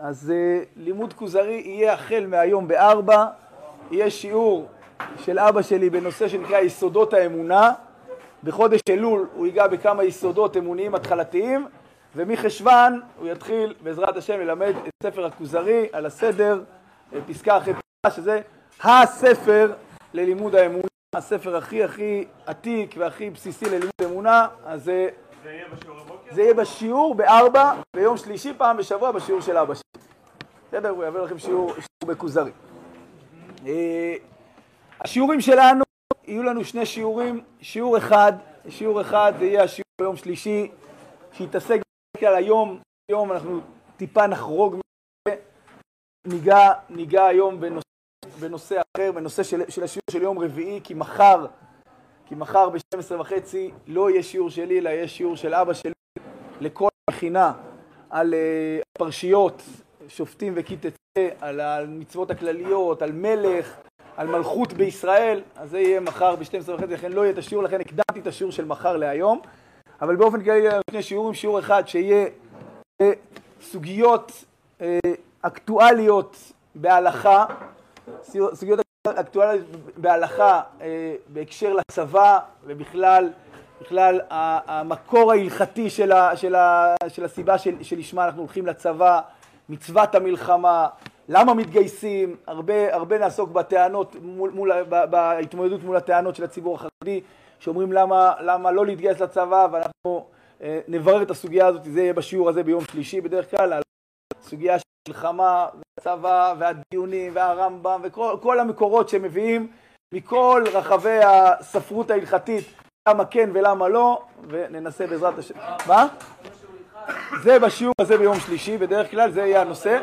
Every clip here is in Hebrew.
אז לימוד כוזרי יהיה החל מהיום ב-4, יהיה שיעור של אבא שלי בנושא שנקרא יסודות האמונה. בחודש אלול הוא ייגע בכמה יסודות אמוניים התחלתיים, ומחשוון הוא יתחיל בעזרת השם ללמד את ספר הכוזרי על הסדר, פסקה אחרי פסקה, שזה הספר ללימוד האמונה, הספר הכי עתיק והכי בסיסי ללימוד האמונה. אז זה יהיה בשיעור הבוקר? זה יהיה בשיעור ב-4, ביום שלישי פעם בשבוע בשיעור של אבא שלי. בסדר? הוא יעבור לכם שיעור בכוזרי. השיעורים שלנו, יהיו לנו שני שיעורים. שיעור אחד זה יהיה השיעור ביום שלישי, שיתעסק בכלל היום אנחנו טיפה נחרוג מזה, ניגע היום בנושא אחר, בנושא של השיעור של יום רביעי, כי מחר ב-12:30 לא יהיה שיעור שלי, אלא יהיה שיעור של אבא שלי לכל מכינה על פרשיות, שופטים וכי תצא, על המצוות הכלליות, על מלך, על מלכות בישראל. אז זה יהיה מחר ב-12:30, לכן לא יהיה את השיעור, לכן הקדמתי את השיעור של מחר להיום. אבל באופן כללי יהיה לנו שני שיעורים, שיעור אחד שיהיה סוגיות אקטואליות בהלכה, סוגיות אקטואליות בהלכה בהקשר לצבא, ובכלל המקור ההלכתי של הסיבה שלשמה אנחנו הולכים לצבא, מצוות המלחמה, למה מתגייסים, הרבה נעסוק בטענות, בהתמודדות מול הטענות של הציבור החרדי, שאומרים למה לא להתגייס לצבא, ואנחנו נברר את הסוגיה הזאת. זה יהיה בשיעור הזה ביום שלישי בדרך כלל, על סוגיה של מלחמה והצבא והדיונים והרמב"ם וכל המקורות שמביאים מכל רחבי הספרות ההלכתית, למה כן ולמה לא, וננסה בעזרת השם. מה? זה בשיעור הזה ביום שלישי, בדרך כלל זה יהיה הנושא.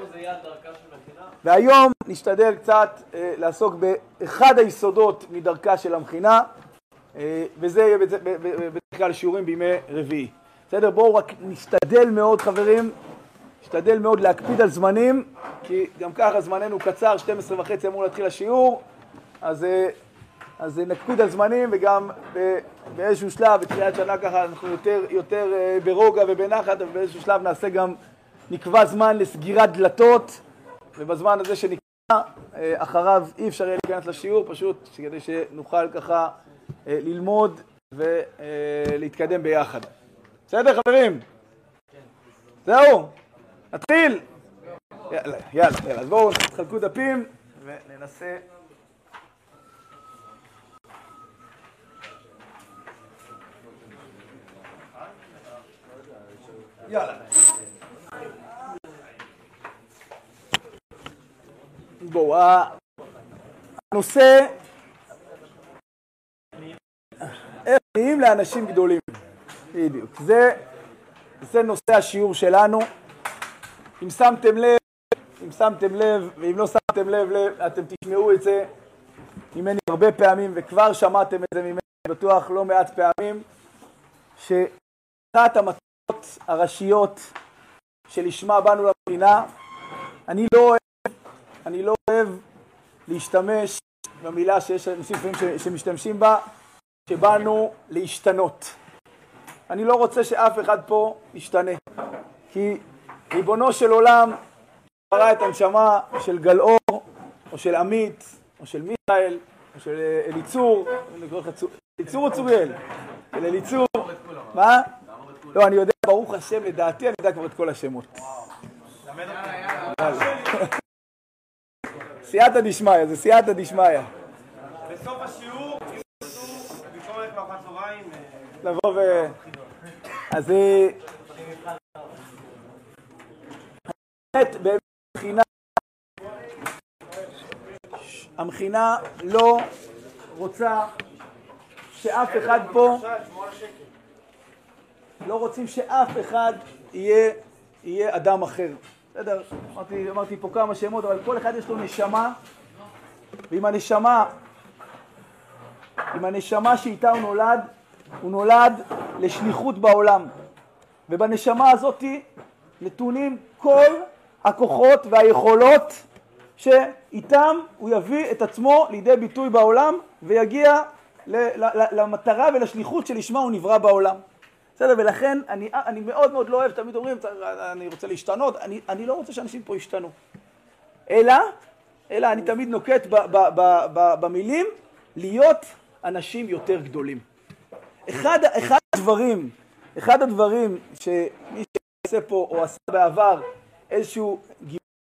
והיום נשתדל קצת לעסוק באחד היסודות מדרכה של המכינה, וזה יהיה בדרך כלל שיעורים בימי רביעי. בסדר? בואו רק נשתדל מאוד חברים, נשתדל מאוד להקפיד על זמנים, כי גם ככה זמננו קצר, 12:30 אמור להתחיל השיעור, אז נקפיד על זמנים, וגם באיזשהו שלב, בתחילת שנה ככה אנחנו יותר ברוגע ובנחת, אבל באיזשהו שלב נקבע זמן לסגירת דלתות, ובזמן הזה שנקבע, אחריו אי אפשר יהיה להיכנס לשיעור, פשוט כדי שנוכל ככה ללמוד ולהתקדם ביחד. בסדר חברים? זהו, נתחיל. יאללה, אז בואו תחלקו דפים וננסה. יאללה. בואו, הנושא איך נהיים לאנשים גדולים. בדיוק. זה נושא השיעור שלנו. אם שמתם לב, ואם לא שמתם לב, אתם תשמעו את זה ממני הרבה פעמים, וכבר שמעתם את זה ממני בטוח לא מעט פעמים, שאחת המטרות הראשיות שלשמה באנו למדינה, אני לא אוהב להשתמש במילה שיש אנשים שמשתמשים בה, שבאנו להשתנות. אני לא רוצה שאף אחד פה ישתנה, כי ריבונו של עולם ברא את הנשמה של גלאור, או של עמית, או של מיכאל, או של אליצור, אליצור או צוריאל? של אליצור, מה? לא, אני יודע, ברוך השם, לדעתי אני יודע כבר את כל השמות. סייעתא דשמיא, זה סייעתא דשמיא. בסוף השיעור, במקום ללכת לארוחת צהריים, לבוא אז באמת המכינה לא רוצה שאף אחד פה, לא רוצים שאף אחד יהיה אדם אחר. בסדר? אמרתי פה כמה שמות, אבל כל אחד יש לו נשמה, ועם הנשמה שאיתה הוא נולד לשליחות בעולם. ובנשמה הזאת נתונים כל הכוחות והיכולות שאיתם הוא יביא את עצמו לידי ביטוי בעולם, ויגיע למטרה ולשליחות שלשמה הוא נברא בעולם. בסדר, ולכן אני מאוד מאוד לא אוהב, תמיד אומרים, אני רוצה להשתנות, אני לא רוצה שאנשים פה ישתנו. אלא אני תמיד נוקט במילים, להיות אנשים יותר גדולים. אחד הדברים שמי שעושה פה או עשה בעבר איזשהו גיבוש,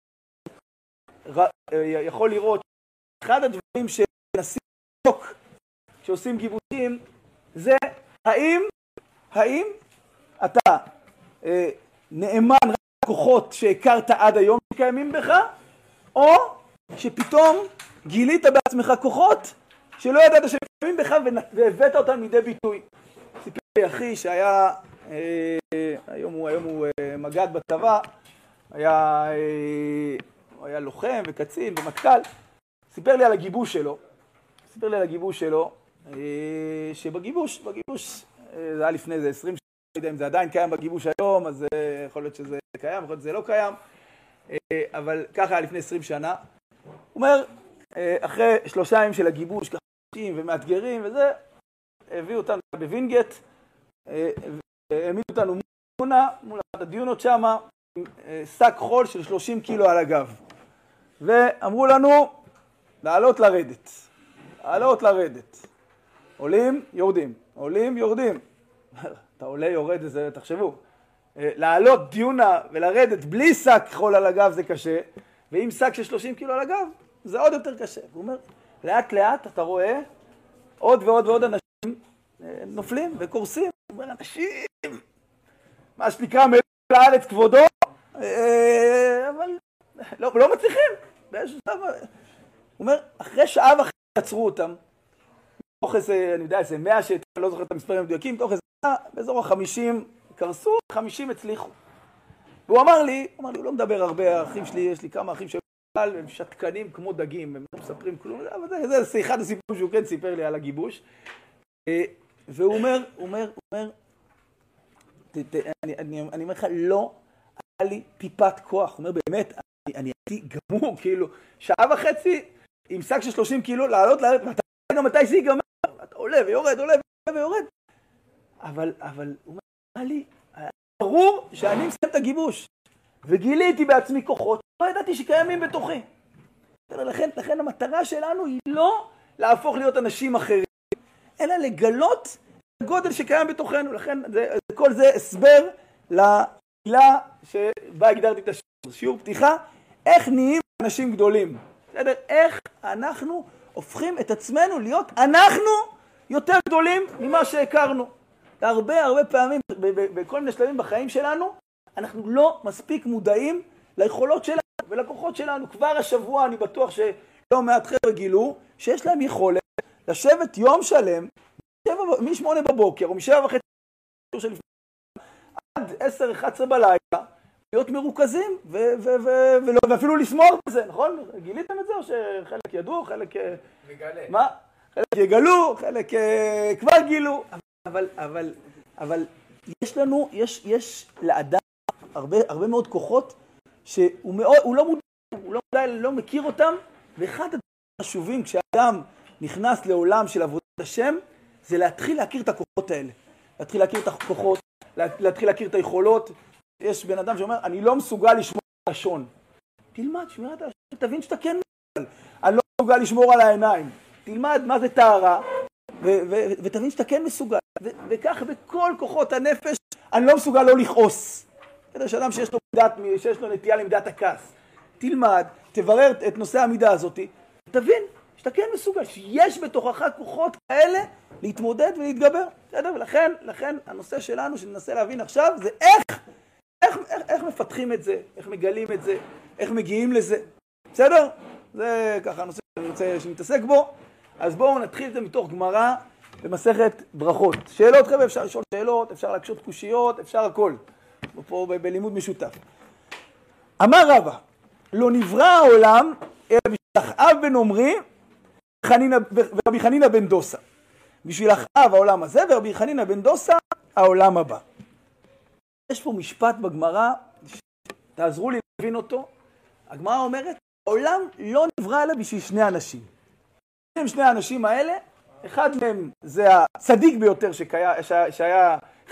יכול לראות, אחד הדברים שמנסים לבדוק כשעושים גיבושים, זה האם אתה נאמן רק לכוחות שהכרת עד היום שקיימים בך, או שפתאום גילית בעצמך כוחות שלא ידעת שקיימים בך והבאת אותם מידי ביטוי. סיפר לי אחי שהיה, היום הוא מג"ד בצבא, היה לוחם וקצין ומטכ"ל, סיפר לי על הגיבוש שלו, שבגיבוש, זה היה לפני זה 20 שנה, לא יודע אם זה עדיין קיים בגיבוש היום, אז יכול להיות שזה קיים, יכול להיות שזה לא קיים, אבל ככה היה לפני 20 שנה. הוא אומר, אחרי 3 ימים של הגיבוש, ככה ומאתגרים וזה, הביאו אותנו בווינגייט, העמידו אותנו מול אחת הדיונות שמה, עם שק חול של 30 קילו על הגב. ואמרו לנו, לעלות לרדת. עולים, יורדים. אתה עולה, יורד, זה תחשבו. לעלות דיונה ולרדת בלי שק חול על הגב זה קשה, ועם שק של 30 קילו על הגב זה עוד יותר קשה. הוא אומר, לאט לאט אתה רואה עוד ועוד אנשים נופלים וקורסים. הוא אומר, אנשים, מה שנקרא מלך לארץ כבודו, אבל לא מצליחים. הוא אומר, אחרי שעה וחצי עצרו אותם, תוך איזה, אני יודע, איזה 100 אני לא זוכר את המספרים המדויקים, תוך איזה 100, באזור ה-50 קרסו, 50 הצליחו. והוא אמר לי, הוא לא מדבר הרבה, האחים שלי, יש לי כמה אחים הם שתקנים כמו דגים, הם לא מספרים כלום, אבל זה אחד הסיפורים שהוא כן סיפר לי על הגיבוש. והוא אומר, אני אומר לך, לא היה לי טיפת כוח. הוא אומר, באמת, אני הייתי גמור, כאילו, שעה וחצי עם שק של 30 קילו, לעלות, ואתה יודע מתי זה ייגמר, אתה עולה ויורד, אבל הוא אומר לי, ברור שאני מסיים את הגיבוש, וגיליתי בעצמי כוחות, לא ידעתי שקיימים בתוכי. לכן המטרה שלנו היא לא להפוך להיות אנשים אחרים, אלא לגלות הגודל שקיים בתוכנו. לכן כל זה הסבר למילה שבה הגדרתי את השיעור פתיחה, איך נהיים אנשים גדולים. בסדר? איך אנחנו הופכים את עצמנו להיות אנחנו יותר גדולים ממה שהכרנו. הרבה פעמים בכל מיני שלבים בחיים שלנו, אנחנו לא מספיק מודעים ליכולות שלנו ולכוחות שלנו. כבר השבוע אני בטוח שלא מעט חבר'ה גילו שיש להם יכולת לשבת יום שלם מ-8 בבוקר או מ-7:30 עד 10-11 בלילה, להיות מרוכזים ואפילו לשמור בזה, נכון? גיליתם את זה או שחלק ידעו, חלק מגלה. מה? חלק יגלו, חלק כבר גילו, אבל יש לנו, יש לאדם הרבה מאוד כוחות שהוא לא מודע, לא מכיר אותם, ואחד הדברים החשובים כשאדם נכנס לעולם של עבודת השם, זה להתחיל להכיר את הכוחות האלה. להתחיל להכיר את הכוחות, להתחיל להכיר את היכולות. יש בן אדם שאומר, אני לא מסוגל לשמור על הלשון. תלמד, שמירת הלשון, תבין שאתה כן מסוגל. אני לא מסוגל לשמור על העיניים. תלמד מה זה טהרה, ותבין שאתה כן מסוגל. וכך בכל כוחות הנפש, אני לא מסוגל לא לכעוס. יש אדם שיש לו נטייה למידת הכעס. תלמד, תברר את נושא המידה הזאת, תבין שאתה כן מסוגל, שיש בתוכך כוחות כאלה להתמודד ולהתגבר. בסדר? ולכן הנושא שלנו שננסה להבין עכשיו זה איך מפתחים את זה, איך מגלים את זה, איך מגיעים לזה. בסדר? זה ככה הנושא שאני רוצה שנתעסק בו. אז בואו נתחיל את זה מתוך גמרא במסכת ברכות. שאלות, חבר'ה, אפשר לשאול שאלות, אפשר להקשות קושיות, אפשר הכל. פה בלימוד משותף. אמר רבא, לא נברא העולם אלא בשביל אחאב בן עמרי ורבי חנינא בן דוסה. בשביל אחאב העולם הזה ורבי חנינא בן דוסה העולם הבא. יש פה משפט בגמרא, תעזרו לי להבין אותו. הגמרא אומרת, העולם לא נברא אלא בשביל 2 אנשים. שני האנשים האלה, אחד מהם זה הצדיק ביותר שהיה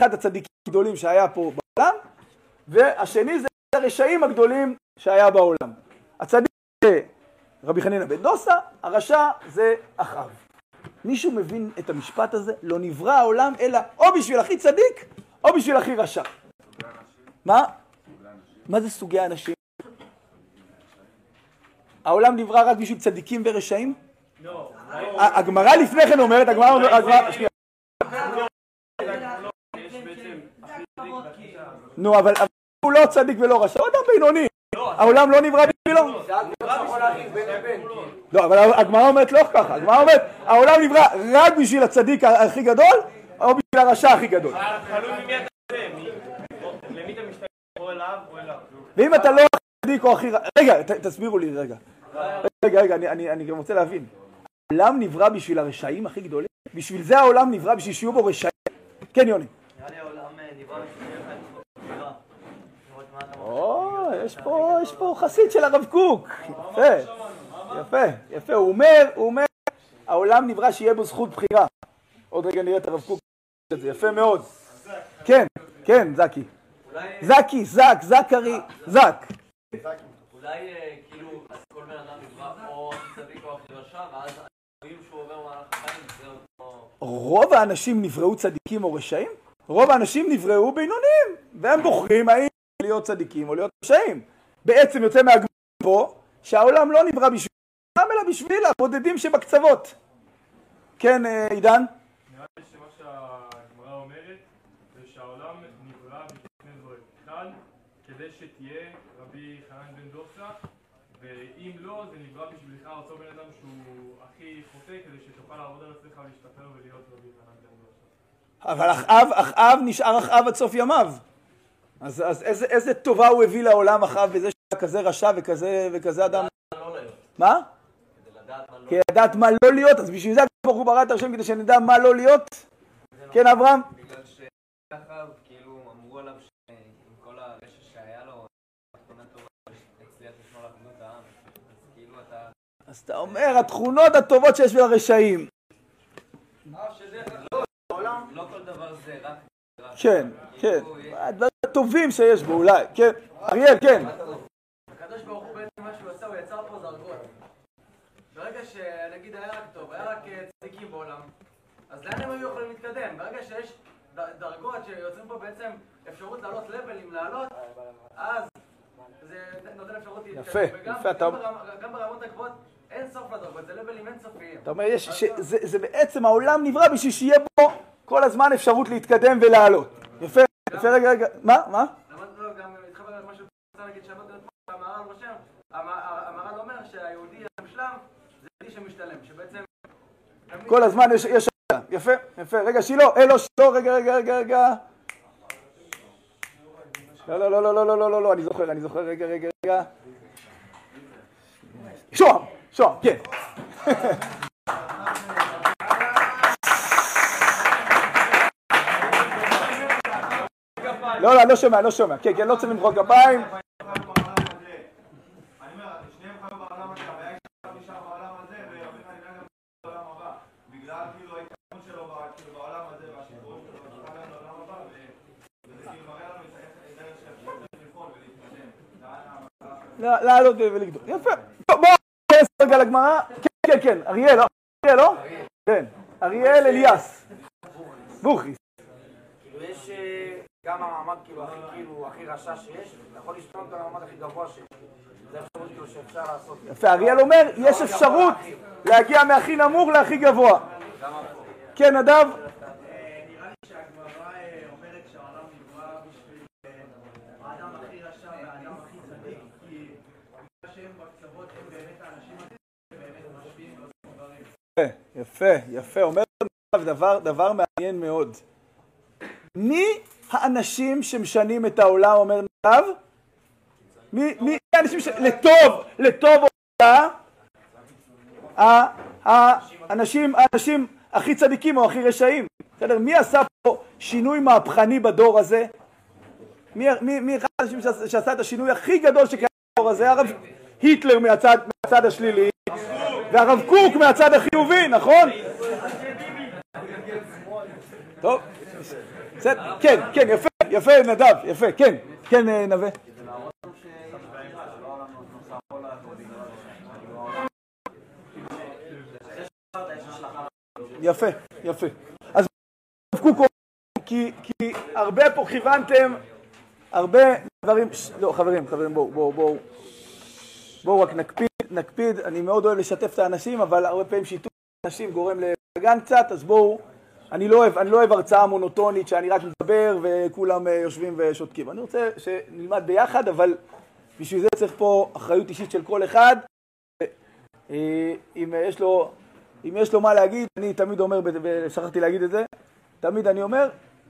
אחד הצדיקים הגדולים שהיה פה בעולם, והשני זה הרשעים הגדולים שהיה בעולם. הצדיק זה רבי חנינא בן דוסא, הרשע זה אחאב. מישהו מבין את המשפט הזה? לא נברא העולם אלא או בשביל הכי צדיק או בשביל הכי רשע. מה? מה זה סוגי האנשים? העולם נברא רק בשביל צדיקים ורשעים? לא. הגמרא לפני כן אומרת, נו, אבל הוא לא צדיק ולא רשע, הוא אדם בינוני. העולם לא נברא בשבילו? לא, אבל הגמרא אומרת לא ככה. הגמרא אומרת, העולם נברא רק בשביל הצדיק הכי גדול, או בשביל הרשע הכי גדול. תלוי ממי אתה עושה, למי אתה משתמש, או אליו או אליו. ואם אתה לא צדיק או הכי רשע... רגע, תסבירו לי רגע. רגע, אני גם רוצה להבין. העולם נברא בשביל הרשעים הכי גדולים? בשביל זה העולם נברא, בשביל שיהיו בו רשעים? כן, יוני. נראה לי העולם נברא בשביל יש פה חסיד של הרב קוק. יפה. הוא אומר, העולם נברא שיהיה בו זכות בחירה. עוד רגע נראה את הרב קוק. זה יפה מאוד. כן, זקי. זקי, זקרי, זק. אולי כאילו כל בן אדם נברא או צדיק או הכי רשע, ואז רואים שהוא עובר מהלך החיים, זה אותו... רוב האנשים נבראו צדיקים או רשעים? רוב האנשים נבראו בינוניים, והם בוחרים האם להיות צדיקים או להיות רשעים. בעצם יוצא מהגמרא פה שהעולם לא נברא בשבילם, אלא בשביל הבודדים שבקצוות. כן, עידן? נראה לי שמה שהגמרא אומרת זה שהעולם נברא בשביל דברים. אחד, כדי שתהיה רבי חנן בן דוסא, ואם לא, זה נברא בשבילך אותו בן אדם שהוא הכי חוטא, כדי שתוכל לעבוד על עצמך ולהשתפר ולהיות רבי חנן בן דוסא. אבל אחאב נשאר אחאב עד סוף ימיו. אז איזה טובה הוא הביא לעולם אחאב בזה שהיה כזה רשע וכזה אדם? מה? כדי לדעת מה לא להיות, אז בשביל זה ברוך הוא ברא את השם כדי שנדע מה לא להיות. כן, אברהם? בגלל שאחאב כאילו אמרו עליו שעם כל הרשע שהיה לו, הצליח לשמור על אחדות העם, אז כאילו אתה... אז אתה אומר, התכונות הטובות שיש לרשעים. לא כל דבר זה רק... כן, הדברים הטובים שיש בו אולי, כן. אריאל, כן. הקדוש ברוך הוא בעצם מה שהוא עשה, הוא יצר פה דרגות. ברגע שנגיד היה רק טוב, היה רק צדיקים בעולם, אז לאן הם היו יכולים להתקדם? ברגע שיש דרגות שיוצרים פה בעצם אפשרות לעלות לבלים, לעלות, אז זה נותן אפשרות להתקדם. יפה, אתה... גם ברמות הגבוהות אין סוף לדרגות, זה לבלים אינסופיים. אתה אומר, זה בעצם העולם נברא בשביל שיהיה בו כל הזמן אפשרות להתקדם ולעלות. יפה, רגע, מה? לא, גם מתחבר למה שהוא רוצה להגיד שאמרת את המהר"ל רושם, המהר"ל אומר שהיהודי המושלם זה יהודי שמשתלם, שבעצם... כל הזמן יש... יפה, רגע, שילה, רגע. לא, אני זוכר, רגע. שוהם, כן. לא שומע, כן, לא צריך למחוא כפיים. לעלות ולגדול. יפה. בואו נעשה רגע לגמרא. כן, אריאל, לא? כן, אריאל אליאס. בוכריס. כאילו יש גם המעמד כאילו הכי רשע שיש, אתה יכול לשתות את המעמד הכי גבוה שיש. זה אפשרות כאילו שאפשר לעשות. יפה, אריאל אומר, יש אפשרות להגיע מהכי נמוך להכי גבוה. כן, נדב? נראה לי שהגמרא אומרת שהעולם נברא בשביל האדם הכי רשע והאדם הכי צדיק, כי בגלל שהם בקצוות הם באמת האנשים באמת משפיעים ועושים דברים. יפה, אומר דבר מעניין מאוד. מי האנשים שמשנים את העולם, אומר נדב? מי האנשים לטוב או רע? האנשים הכי צדיקים או הכי רשעים. בסדר? מי עשה פה שינוי מהפכני בדור הזה? מי אחד האנשים שעשה את השינוי הכי גדול שקרה בדור הזה? הרב היטלר מהצד השלילי, והרב קוק מהצד החיובי, נכון? טוב, בסדר? כן, כן, יפה, יפה נדב, יפה, כן, כן נווה. יפה, יפה. אז כי הרבה פה כיוונתם, הרבה דברים, לא חברים, בואו רק נקפיד, אני מאוד אוהב לשתף את האנשים, אבל הרבה פעמים שיתוף אנשים גורם לבלגן קצת, אז בואו, אני לא אוהב הרצאה מונוטונית שאני רק מדבר וכולם יושבים ושותקים. אני רוצה שנלמד ביחד, אבל בשביל זה צריך פה אחריות אישית של כל אחד. אם יש לו מה להגיד, אני תמיד אומר, ושכחתי להגיד את זה, תמיד אני אומר,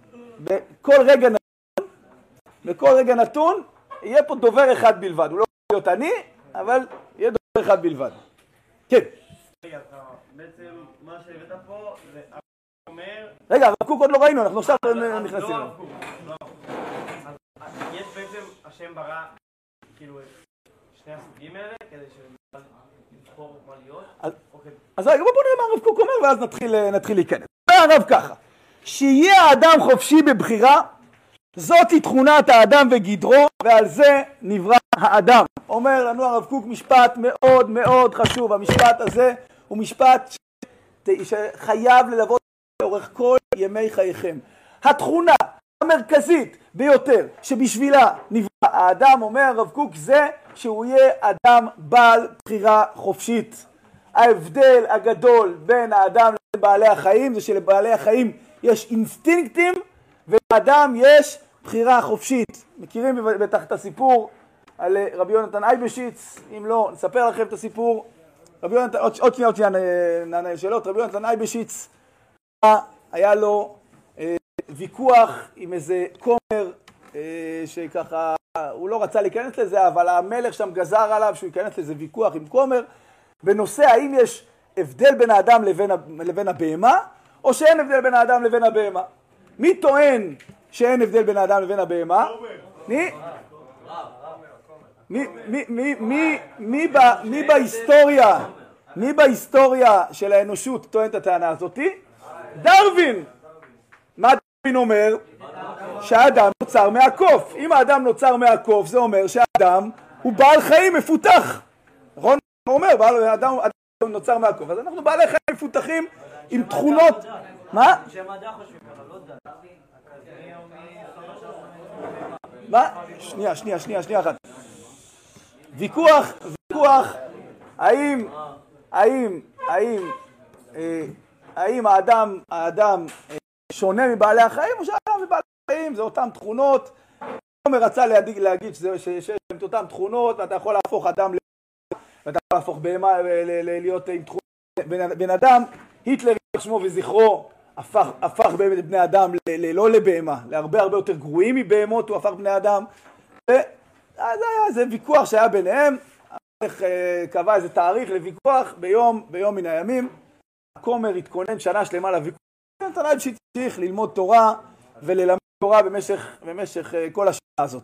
בכל רגע נתון, יהיה פה דובר אחד בלבד. הוא לא יכול להיות אני, אבל יהיה דובר אחד בלבד. כן. רגע, בעצם מה שהבאת פה זה אומר... רגע, הרב קוק עוד לא ראינו, אנחנו עכשיו נכנסים. לא, יש בעצם השם ברא, כאילו, שני הסוגים האלה, כדי שנוכל לבחור מה להיות. אז רגע, בואו נראה מה הרב קוק אומר, ואז נתחיל להיכנס. הרב ככה, שיהיה האדם חופשי בבחירה, זאת היא תכונת האדם וגדרו, ועל זה נברא האדם. אומר לנו הרב קוק משפט מאוד מאוד חשוב. המשפט הזה הוא משפט שחייב ללוות לאורך כל ימי חייכם. התכונה המרכזית ביותר שבשבילה נברא האדם, אומר הרב קוק, זה שהוא יהיה אדם בעל בחירה חופשית. ההבדל הגדול בין האדם לבין בעלי החיים זה שלבעלי החיים יש אינסטינקטים ולאדם יש בחירה חופשית. מכירים בטח את הסיפור על רבי יונתן אייבשיץ? אם לא, נספר לכם את הסיפור. רבי יונתן, עוד שנייה נענה לשאלות. רבי יונתן אייבשיץ היה לו ויכוח עם איזה כומר שככה, הוא לא רצה להיכנס לזה, אבל המלך שם גזר עליו שהוא ייכנס לזה ויכוח עם כומר בנושא האם יש הבדל בין האדם לבין הבהמה, או שאין הבדל בין האדם לבין הבהמה. מי טוען שאין הבדל בין האדם לבין הבהמה? מי בהיסטוריה של האנושות טוען את הטענה הזאתי? דרווין. מה דרווין אומר? שהאדם נוצר מהקוף. אם האדם נוצר מהקוף, זה אומר שהאדם הוא בעל חיים מפותח. נכון? הוא אומר, האדם נוצר מהקוף. אז אנחנו בעלי חיים מפותחים עם תכונות. מה? שמדע חושבים ככה, לא דת. מה? שנייה אחת. ויכוח, האם האדם שונה מבעלי החיים, או שהאדם ובעלי החיים זה אותם תכונות. הוא רצה להגיד שיש להם אותם תכונות, ואתה יכול להפוך אדם ואתה יכול להפוך בהמה להיות עם תכונות בן אדם. היטלר שמו וזכרו הפך באמת את בני אדם לא לבהמה, להרבה יותר גרועים מבהמות, הוא הפך בני אדם. ואז היה איזה ויכוח שהיה ביניהם, המלך קבע איזה תאריך לוויכוח, ביום מן הימים, הכומר התכונן שנה שלמה לוויכוח, נתן שצריך ללמוד תורה וללמד תורה במשך כל השנה הזאת.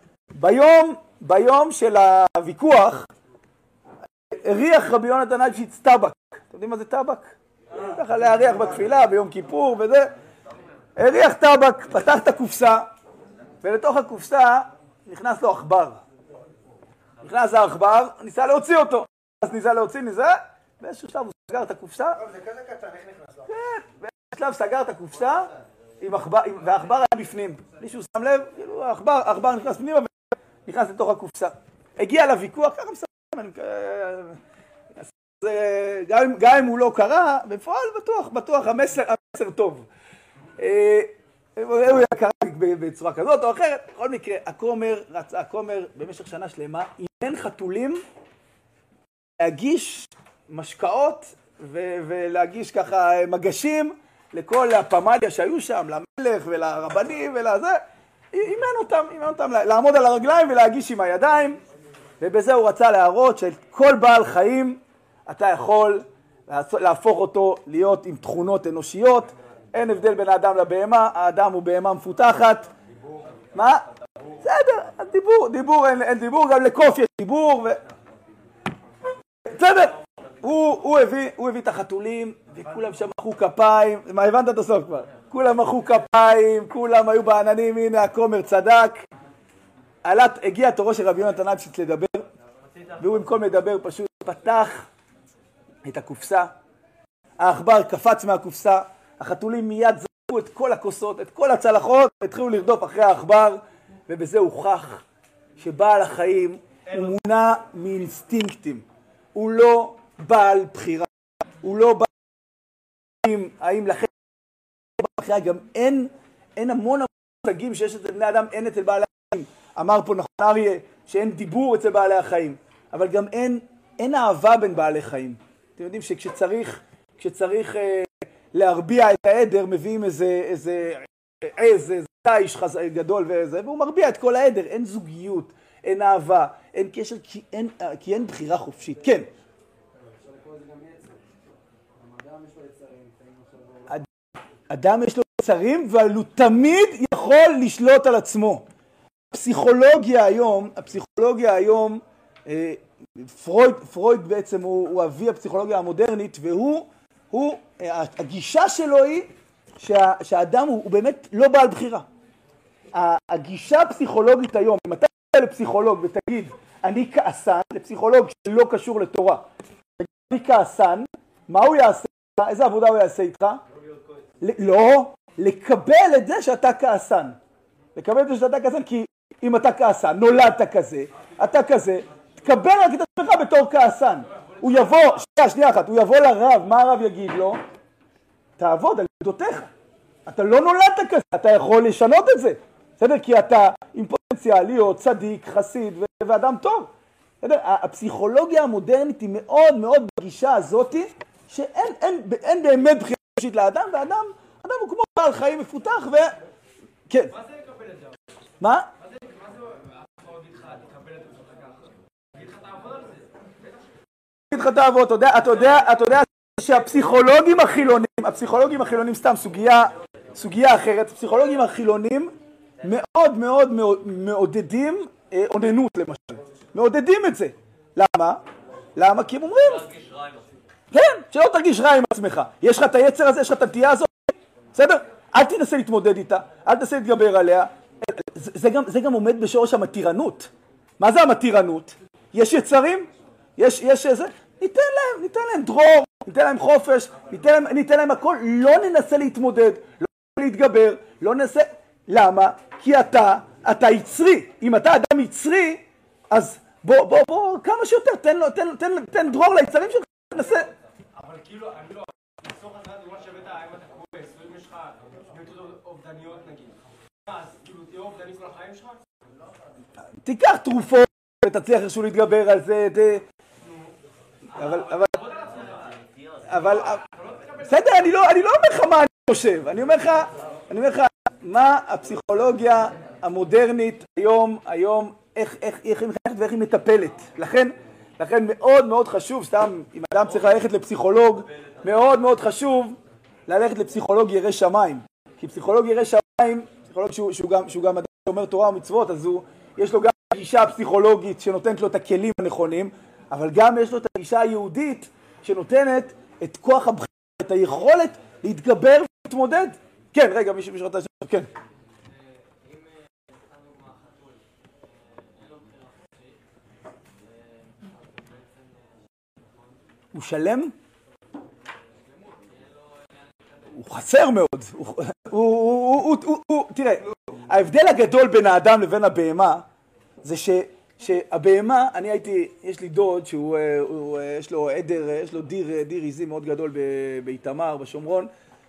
ביום של הוויכוח, הריח רבי יונתן אייבשיץ טבק. אתם יודעים מה זה טבק? ככה להריח בתפילה ביום כיפור וזה. הריח טבק, פתח את הקופסה, ולתוך הקופסה נכנס לו עכבר. נכנס העכבר, ניסה להוציא אותו. אז ניסה להוציא, באיזשהו שלב הוא סגר את הקופסה. זה כזה קטן, איך נכנס לו? כן, באיזשהו שלב סגר את הקופסה, והעכבר היה בפנים. מישהו שם לב, כאילו העכבר נכנס פנימה ונכנס לתוך הקופסה. הגיע לוויכוח, ככה מספרים, גם אם הוא לא קרא, בפועל בטוח המסר טוב. הוא היה קרא בצורה כזאת או אחרת. בכל מקרה, הכומר במשך שנה שלמה אימן חתולים להגיש משקאות ולהגיש ככה מגשים לכל הפמליה שהיו שם, למלך ולרבנים ולזה. אימן אותם לעמוד על הרגליים ולהגיש עם הידיים, ובזה הוא רצה להראות שכל בעל חיים אתה יכול להפוך אותו להיות עם תכונות אנושיות. אין הבדל בין האדם לבהמה, האדם הוא בהמה מפותחת. מה? בסדר, דיבור, אין דיבור, גם לקוף יש דיבור. בסדר, הוא הביא את החתולים וכולם שם מחאו כפיים. מה, הבנת את הסוף כבר? כולם מחאו כפיים, כולם היו בעננים, הנה הכומר צדק. הגיע תורו של רבי יונתן אייבשיץ לדבר, והוא במקום לדבר פשוט פתח את הקופסה, העכבר קפץ מהקופסה, החתולים מיד זרקו את כל הכוסות, את כל הצלחות, התחילו לרדוף אחרי העכבר, ובזה הוכח שבעל החיים הוא מונע מאינסטינקטים, הוא לא בעל בחירה, הוא לא בעל האם לכם בחירה, גם אין המון מושגים שיש אצל בני אדם, אין אצל בעלי החיים. אמר פה נכון אריה שאין דיבור אצל בעלי החיים, אבל גם אין אהבה בין בעלי חיים. אתם יודעים שכשצריך להרביע את העדר, מביאים איזה עז, איזה תיש גדול וזה, והוא מרביע את כל העדר. אין זוגיות, אין אהבה, אין קשר, כי אין בחירה חופשית. כן. אדם יש לו יצרים, אבל הוא תמיד יכול לשלוט על עצמו. הפסיכולוגיה היום, פרויד בעצם הוא אבי הפסיכולוגיה המודרנית, והוא, הגישה שלו היא שהאדם הוא באמת לא בעל בחירה. הגישה הפסיכולוגית היום, אם אתה תהיה לפסיכולוג ותגיד, אני כעסן, לפסיכולוג שלא קשור לתורה, אני כעסן, מה הוא יעשה? איזה עבודה הוא יעשה איתך? לא, לקבל את זה שאתה כעסן. לקבל את זה שאתה כעסן, כי אם אתה כעסן, נולדת כזה, אתה כזה, תקבל רק את עצמך בתור כעסן. הוא יבוא, שנייה אחת, הוא יבוא לרב, מה הרב יגיד לו? תעבוד על מידותיך. אתה לא נולדת כזה, אתה יכול לשנות את זה. בסדר? כי אתה עם פוטנציאל להיות צדיק, חסיד ואדם טוב. בסדר? הפסיכולוגיה המודרנית היא מאוד מאוד בגישה הזאת, שאין באמת בחירה חופשית לאדם, ואדם הוא כמו בעל חיים מפותח כן. מה זה לקבל את זה? מה? מה זה עוד איתך, תקבל את זה ככה? תגיד לך תעבוד על זה? תגיד לך תעבוד, אתה יודע שהפסיכולוגים החילונים, סתם סוגיה אחרת, הפסיכולוגים החילונים מאוד מאוד מעודדים אוננות למשל. מעודדים את זה. למה? כי הם אומרים... כן, שלא תרגיש רע עם עצמך. יש לך את היצר הזה, יש לך את הנטייה הזאת, בסדר? אל תנסה להתמודד איתה, אל תנסה להתגבר עליה. זה גם עומד בשורש המתירנות. מה זה המתירנות? יש יצרים, יש איזה, ניתן להם דרור, ניתן להם חופש, ניתן להם הכל, לא ננסה להתמודד, לא ננסה להתגבר, לא ננסה... למה? כי אתה יצרי. אם אתה אדם יצרי, אז בוא, כמה שיותר, תן דרור ליצרים שלך, תנסה. אבל כאילו, אני לא, לצורך הזמן, דוגמה שהבאת, אם אתה כועס, או אם יש לך דמויות אובדניות נגיד, אז כאילו תהיה אובדני כל החיים שלך? תיקח תרופות ותצליח איכשהו להתגבר על זה, אבל בסדר, אני לא אומר לך מה אני חושב, אני אומר לך מה הפסיכולוגיה המודרנית היום, איך היא מחנכת ואיך היא מטפלת. לכן מאוד מאוד חשוב, סתם אם אדם צריך ללכת לפסיכולוג, מאוד מאוד חשוב ללכת לפסיכולוג ירא שמיים. כי פסיכולוג ירא שמיים, פסיכולוג שהוא גם אדם שאומר תורה ומצוות, אז יש לו גם גישה פסיכולוגית שנותנת לו את הכלים הנכונים, אבל גם יש לו את הגישה היהודית שנותנת את כוח הבחירה, את היכולת להתגבר ולהתמודד. כן, רגע, מישהו רצה לשאול, כן. הוא שלם? הוא חסר מאוד. תראה, ההבדל הגדול בין האדם לבין הבהמה זה שהבהמה, יש לי דוד יש לו עדר, יש לו דיר עיזי מאוד גדול באיתמר, בשומרון,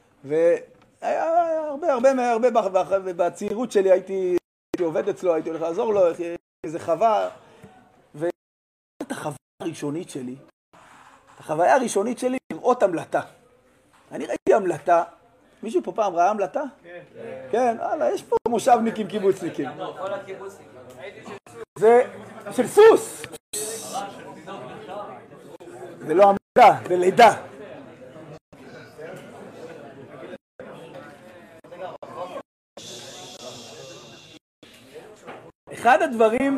והיה הרבה בצעירות שלי הייתי עובד אצלו, הייתי הולך לעזור לו, איזה חווה, ואת החוויה הראשונית שלי לראות המלטה. אני ראיתי המלטה, מישהו פה פעם ראה המלטה? כן, יש פה מושבניקים קיבוצניקים. זה של סוס. זה לא המלטה, זה לידה. אחד הדברים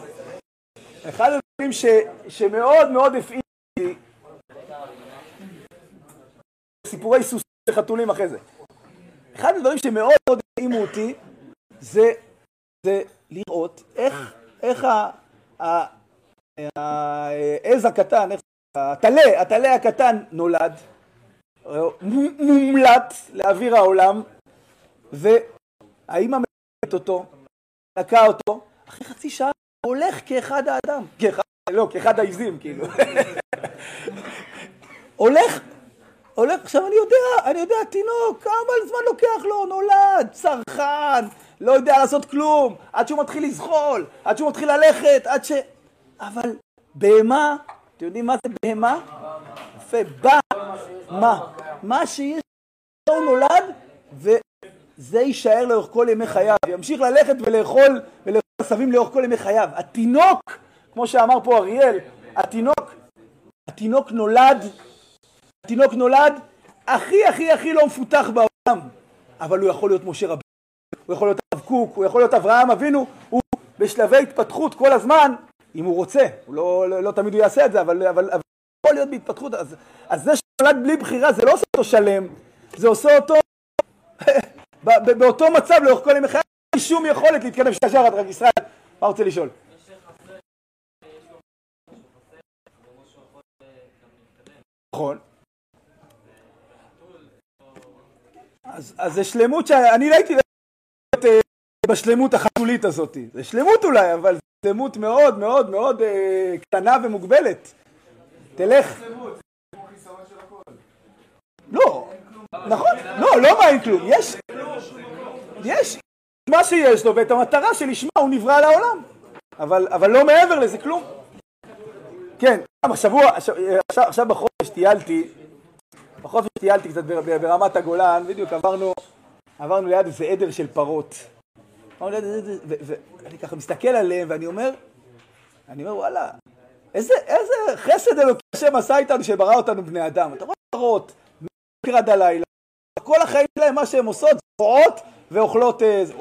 שמאוד מאוד הפעיל לי, סיפורי סוסים וחתולים אחרי זה. אחד הדברים שמאוד מאוד העימו אותי, זה לראות איך העז הקטן, הטלה הקטן נולד, מומלט לאוויר העולם, והאמא מלאת אותו, נקה אותו, אחרי חצי שעה הולך כאחד האדם, כאחד העזים, כאילו. הולך, עכשיו אני יודע, תינוק, כמה זמן לוקח לו, נולד, צרכן, לא יודע לעשות כלום, עד שהוא מתחיל לזחול, עד שהוא מתחיל ללכת, אבל בהמה, אתם יודעים מה זה בהמה? יפה, מה שיש הוא נולד, וזה יישאר לאורך כל ימי חייו, ימשיך ללכת ולאכול עשבים לאורך כל ימי חייו. התינוק, כמו שאמר פה אריאל, התינוק נולד הכי לא מפותח בעולם, אבל הוא יכול להיות משה רבנו, הוא יכול להיות הרב קוק, הוא יכול להיות אברהם אבינו, הוא בשלבי התפתחות כל הזמן, אם הוא רוצה, הוא לא תמיד הוא יעשה את זה, אבל יכול להיות בהתפתחות. אז זה שנולד בלי בחירה זה לא עושה אותו שלם, זה עושה אותו באותו מצב לאורך כל ימי חייו, אין שום יכולת להתקדם. שתשאר רק ישראל, מה רוצה לשאול? נכון. אז זה שלמות שאני ראיתי בשלמות החתולית הזאת. זה שלמות אולי, אבל זה שלמות מאוד מאוד מאוד קטנה ומוגבלת. תלך. לא, נכון, לא מה אין כלום. יש מה שיש לו ואת המטרה שלשמה הוא נברא לעולם. אבל לא מעבר לזה כלום. כן, עכשיו בחופש טיילתי קצת ברמת הגולן, בדיוק עברנו ליד איזה עדר של פרות. ואני ככה מסתכל עליהם ואני אומר וואלה, איזה חסד אלוקי השם עשה איתנו שברא אותנו בני אדם. אתה רואה פרות, מקר עד הלילה, כל החיים שלהם מה שהם עושות, זרועות ואוכלות,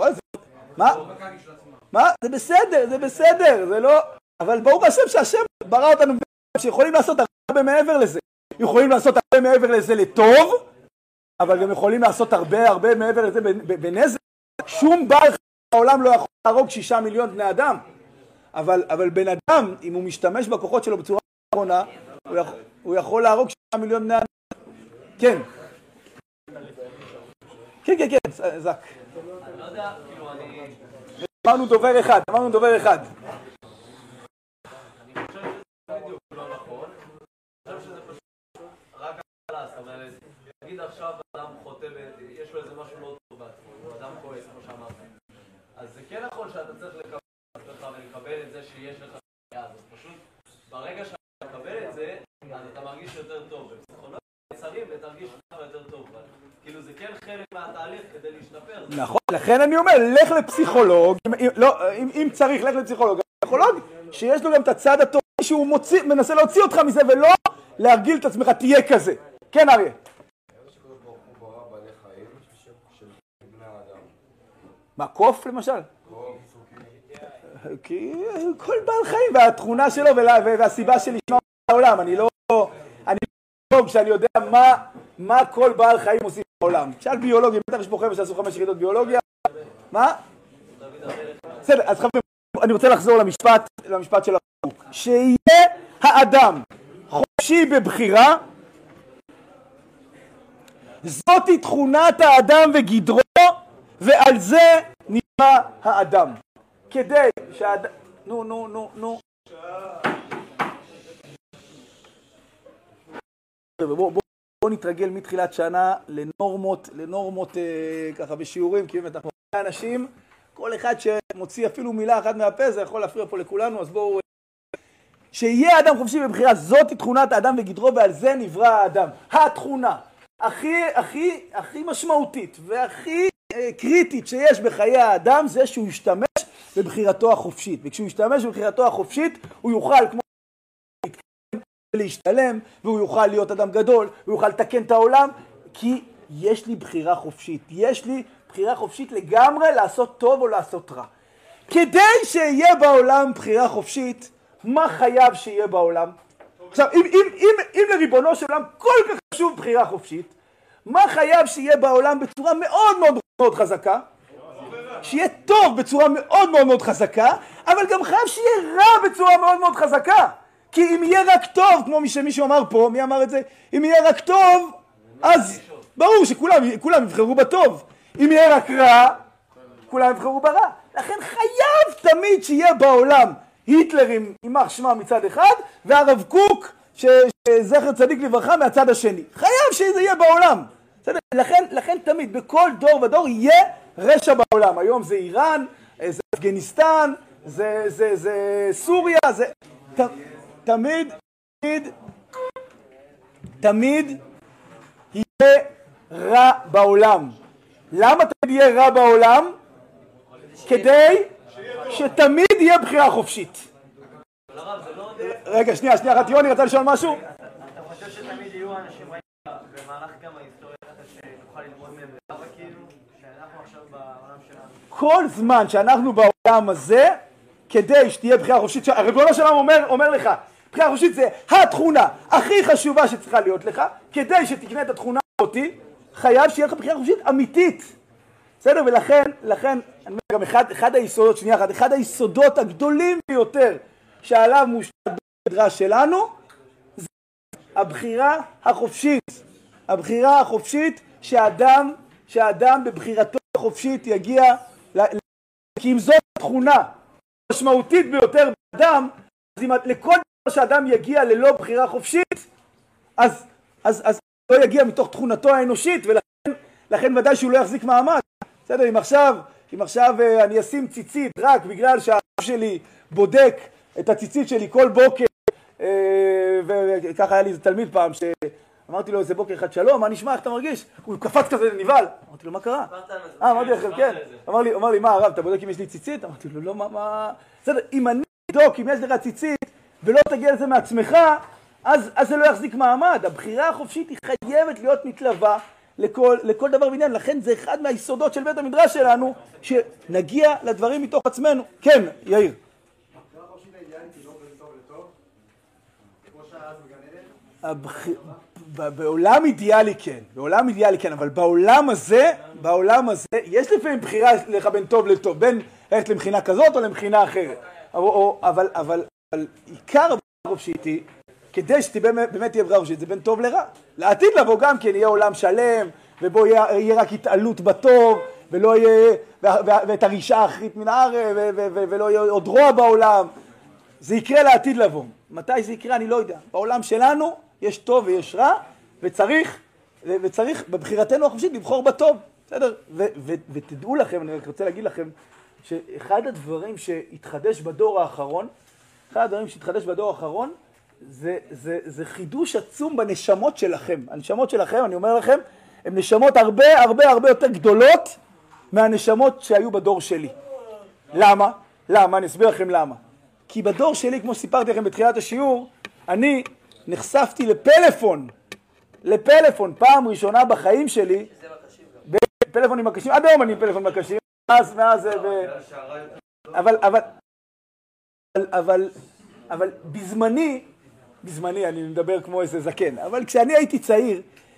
מה? זה בסדר, זה לא, אבל ברוך השם שהשם ברא אותנו בני אדם שיכולים לעשות הרבה מעבר לזה. יכולים לעשות הרבה מעבר לזה לטוב, אבל גם יכולים לעשות הרבה מעבר לזה בנזק. שום בעל חיים בעולם לא יכול להרוג 6 מיליון בני אדם. אבל בן אדם, אם הוא משתמש בכוחות שלו בצורה נכונה, הוא יכול להרוג 6 מיליון בני אדם. כן. כן, זק. אני לא יודע, כאילו אמרנו דובר אחד. אני חושב שזה בדיוק לא נכון. אני חושב שזה פשוט רק הקלה, זאת אומרת, נגיד עכשיו אדם חוטא, יש לו איזה משהו לא טוב בעצמו, אדם כועס, כמו שאמרת. אז זה כן נכון שאתה צריך לקבל את זה שיש לך בעיה הזאת. פשוט ברגע שאתה מקבל את זה, אז אתה מרגיש יותר טוב. בפסיכולוגיה יצרים ותרגיש יותר טוב. כאילו זה כן חלק מהתהליך כדי להשתפר. נכון, לכן אני אומר, לך לפסיכולוג, אם צריך, לך לפסיכולוג. פסיכולוג שיש לו גם את הצד הטוב, שהוא מנסה להוציא אותך מזה ולא להרגיל את עצמך, תהיה כזה. כן, אריה. מה, קוף למשל? כי כל בעל חיים והתכונה שלו והסיבה של לשמוע בעולם. אני לא כשאני יודע מה כל בעל חיים עושים בעולם. שאל ביולוגיה, בטח יש פה חבר'ה שעשו 5 יחידות ביולוגיה. מה? בסדר, אז חברים, אני רוצה לחזור למשפט של החוק. שיהיה האדם חופשי בבחירה, זאתי תכונת האדם וגדרו, ועל זה נברא האדם. כדי שהאדם... נו. בואו נתרגל מתחילת שנה לנורמות ככה בשיעורים, כי באמת אנחנו אנשים, כל אחד שמוציא אפילו מילה אחת מהפה, זה יכול להפריע פה לכולנו, אז בואו... שיהיה האדם חופשי בבחירה, זאת היא תכונת האדם וגדרו, ועל זה נברא האדם. התכונה הכי משמעותית והכי קריטית שיש בחיי האדם, זה שהוא ישתמש בבחירתו החופשית. וכשהוא ישתמש בבחירתו החופשית, הוא יוכל כמו להשתלם, והוא יוכל להיות אדם גדול, והוא יוכל לתקן את העולם, כי יש לי בחירה חופשית. יש לי בחירה חופשית לגמרי לעשות טוב או לעשות רע. כדי שיהיה בעולם בחירה חופשית, מה חייב שיהיה בעולם? עכשיו, אם לריבונו של עולם כל כך חשוב בחירה חופשית, מה חייב שיהיה בעולם בצורה מאוד מאוד מאוד חזקה? שיהיה טוב בצורה מאוד מאוד מאוד חזקה, אבל גם חייב שיהיה רע בצורה מאוד מאוד חזקה. כי אם יהיה רק טוב, כמו שמישהו אמר פה, מי אמר את זה? אם יהיה רק טוב, אז ברור שכולם יבחרו בטוב. אם יהיה רק רע, כולם יבחרו ברע. לכן חייב תמיד שיהיה בעולם היטלרים, יימח שמם מצד אחד, והרב קוק, שזכר צדיק לברכה, מהצד השני. חייב שזה יהיה בעולם. לכן תמיד, בכל דור ודור יהיה רשע בעולם. היום זה איראן, זה אפגניסטן, זה סוריה, זה... תמיד יהיה רע בעולם. למה תמיד יהיה רע בעולם? כדי שתמיד יהיה בחירה חופשית. רגע, שנייה, אחת, יוני רצה לשאול משהו? אתה חושב שתמיד יהיו אנשים רעים במהלך גם ההיסטוריה שנוכל ללמוד מהם למה כאילו שאנחנו עכשיו בעולם שלנו? כל זמן שאנחנו בעולם הזה, כדי שתהיה בחירה חופשית, הריבונו שלנו אומר לך, בחירה חופשית זה התכונה הכי חשובה שצריכה להיות לך, כדי שתקנה את התכונה אותי, חייב שיהיה לך בחירה חופשית אמיתית. בסדר? ולכן, אני אומר גם אחד היסודות, אחד היסודות הגדולים ביותר שעליו מושתת במדרש שלנו, זה הבחירה החופשית. הבחירה החופשית שאדם בבחירתו החופשית יגיע, כי אם זאת תכונה משמעותית ביותר באדם, אז אם לכל דבר שאדם יגיע ללא בחירה חופשית, אז לא יגיע מתוך תכונתו האנושית, ולכן ודאי שהוא לא יחזיק מעמד. בסדר, אם עכשיו אני אשים ציצית רק בגלל שהרב שלי בודק את הציצית שלי כל בוקר, וככה היה לי איזה תלמיד פעם שאמרתי לו איזה בוקר אחד שלום, מה נשמע, איך אתה מרגיש? הוא קפץ כזה נבהל. אמרתי לו, מה קרה? אמרתי לכם, כן. אמר לי, מה הרב, אתה בודק אם יש לי ציצית? אמרתי לו, לא, מה? בסדר, אם אני אבדוק אם יש לך ציצית ולא תגיע לזה מעצמך, אז זה לא יחזיק מעמד. הבחירה החופשית היא חייבת להיות מתלווה לכל דבר ועניין. לכן זה אחד מהיסודות של בית המדרש שלנו, שנגיע לדברים מתוך עצמנו. כן, יאיר. הבחירה החופשית האידיאלית היא לא בין טוב לטוב, כמו שהיה אז בגן עדן? בעולם אידיאלי כן, אבל בעולם הזה, יש לפעמים בחירה לך בין טוב לטוב, בין ללכת למכינה כזאת או למכינה אחרת. אבל עיקר הבחירה החופשית היא, כדי שבאמת תהיה בחירה חופשית, זה בין טוב לרע. לעתיד לבוא גם כן יהיה עולם שלם, ובו יהיה רק התעלות בטוב, ולא יהיה, ואת הרישה האחרית מן הארץ, ולא יהיה עוד רוע בעולם. זה יקרה לעתיד לבוא. מתי זה יקרה אני לא יודע. בעולם שלנו יש טוב ויש רע, וצריך בבחירתנו החופשית לבחור בטוב. בסדר? ותדעו לכם, אני רק רוצה להגיד לכם, שאחד הדברים שהתחדש בדור האחרון, זה חידוש עצום בנשמות שלכם. הנשמות שלכם, אני אומר לכם, הן נשמות הרבה יותר גדולות מהנשמות שהיו בדור שלי. למה? אני אסביר לכם למה. כי בדור שלי, כמו שסיפרתי לכם בתחילת השיעור, אני נחשפתי לפלאפון פעם ראשונה בחיים שלי, בפלאפונים הקשים, עד היום אני פלאפון הקשים, מאז אבל בזמני אני מדבר כמו איזה זקן, אבל כשאני הייתי צעיר,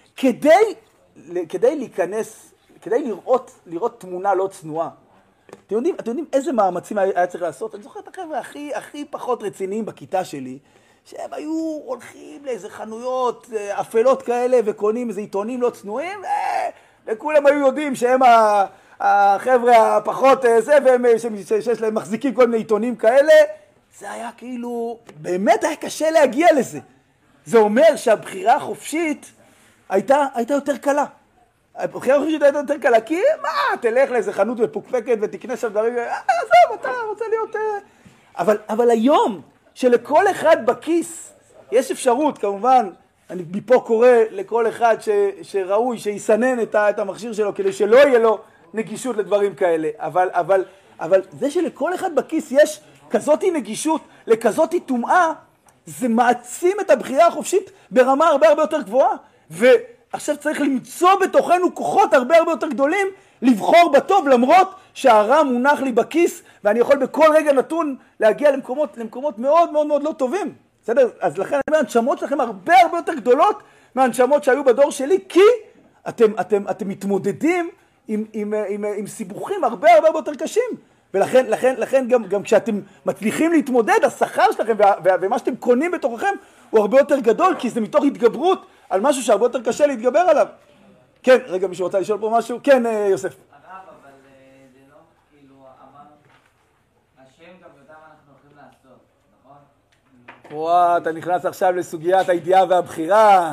כדי להיכנס, כדי לראות תמונה לא צנועה, אתם יודעים איזה מאמצים היה צריך לעשות? אני זוכר את החבר'ה הכי פחות רציניים בכיתה שלי, שהם היו הולכים לאיזה חנויות אפלות כאלה וקונים איזה עיתונים לא צנועים, וכולם היו יודעים שהם החבר'ה הפחות זה, והם שיש להם מחזיקים כל מיני עיתונים כאלה. זה היה כאילו, באמת היה קשה להגיע לזה. זה אומר שהבחירה החופשית הייתה יותר קלה. הבחירה החופשית הייתה יותר קלה, כי מה, תלך לאיזה חנות מפוקפקת ותקנה שם דברים, עזוב, אתה רוצה להיות... אבל היום, שלכל אחד בכיס, יש אפשרות, כמובן, אני מפה קורא לכל אחד שראוי, שיסנן את המכשיר שלו, כדי שלא יהיה לו נגישות לדברים כאלה. אבל זה שלכל אחד בכיס יש כזאת נגישות, לכזאת טומאה, זה מעצים את הבחירה החופשית ברמה הרבה יותר גבוהה. ועכשיו צריך למצוא בתוכנו כוחות הרבה יותר גדולים, לבחור בטוב, למרות שהרע מונח לי בכיס, ואני יכול בכל רגע נתון להגיע למקומות מאוד לא טובים. בסדר? אז לכן אני אומר, הנשמות שלכם הרבה יותר גדולות מהנשמות שהיו בדור שלי, כי אתם מתמודדים עם סיבוכים הרבה יותר קשים. ולכן גם כשאתם מצליחים להתמודד, השכר שלכם ומה שאתם קונים בתוככם הוא הרבה יותר גדול, כי זה מתוך התגברות על משהו שהרבה יותר קשה להתגבר עליו. כן, רגע, מישהו רוצה לשאול פה משהו? כן, יוסף. הרב, אבל זה לא, כאילו, אמר, השם גם יודע מה אנחנו הולכים לעשות, נכון? וואו, אתה נכנס עכשיו לסוגיית הידיעה והבחירה.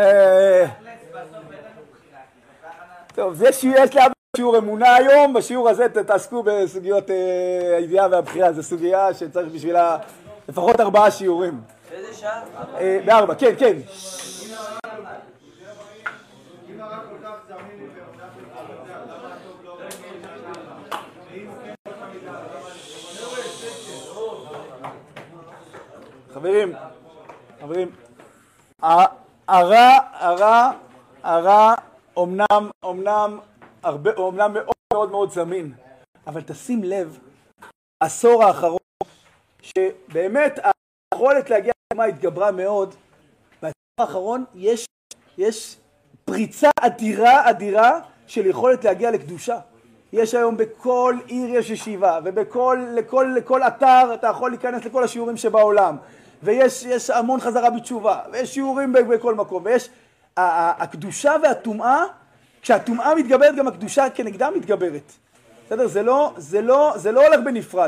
טוב, יש לאבא שיעור אמונה היום, בשיעור הזה תתעסקו בסוגיות הידיעה והבחירה, זו סוגיה שצריך בשבילה לפחות 4 שיעורים. באיזה שעה? ב4, כן. אם הרב כל כך זמין לי ועובדה למה הטוב לא ואם כן חברים, הרע אומנם מאוד זמין, אבל תשים לב, העשור האחרון, שבאמת היכולת להגיע למה התגברה מאוד, בעשור האחרון יש פריצה אדירה של יכולת להגיע לקדושה. יש היום בכל עיר יש ישיבה, ובכל אתר אתה יכול להיכנס לכל השיעורים שבעולם, ויש המון חזרה בתשובה, ויש שיעורים בכל מקום, ויש הקדושה והטומאה, כשהטומאה מתגברת גם הקדושה כנגדה מתגברת. בסדר? זה לא הולך בנפרד,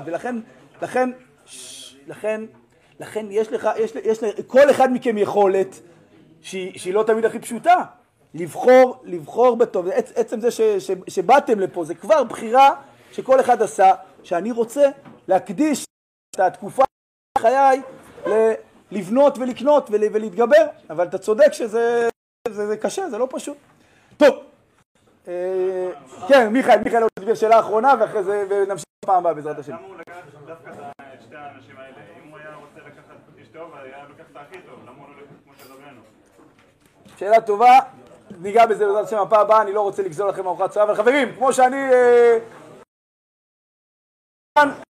ולכן יש כל אחד מכם יכולת שהיא לא תמיד הכי פשוטה, לבחור בטוב. עצם זה שבאתם לפה, זה כבר בחירה שכל אחד עשה, שאני רוצה להקדיש את התקופה בחיי לבנות ולקנות ולהתגבר, אבל אתה צודק שזה קשה, זה לא פשוט. טוב, כן, מיכאל עוד דבר שאלה האחרונה, ואחרי זה נמשיך פעם הבאה בעזרת השם. למה הוא לקח דווקא את שתי האנשים האלה? אם הוא היה רוצה לקחת איש טוב, היה לוקח את הכי טוב, למה הוא לא לקח כמו שדברנו? שאלה טובה, ניגע בזה בעזרת השם הפעם הבאה, אני לא רוצה לגזול לכם ארוחת צהריים, אבל חברים, כמו שאני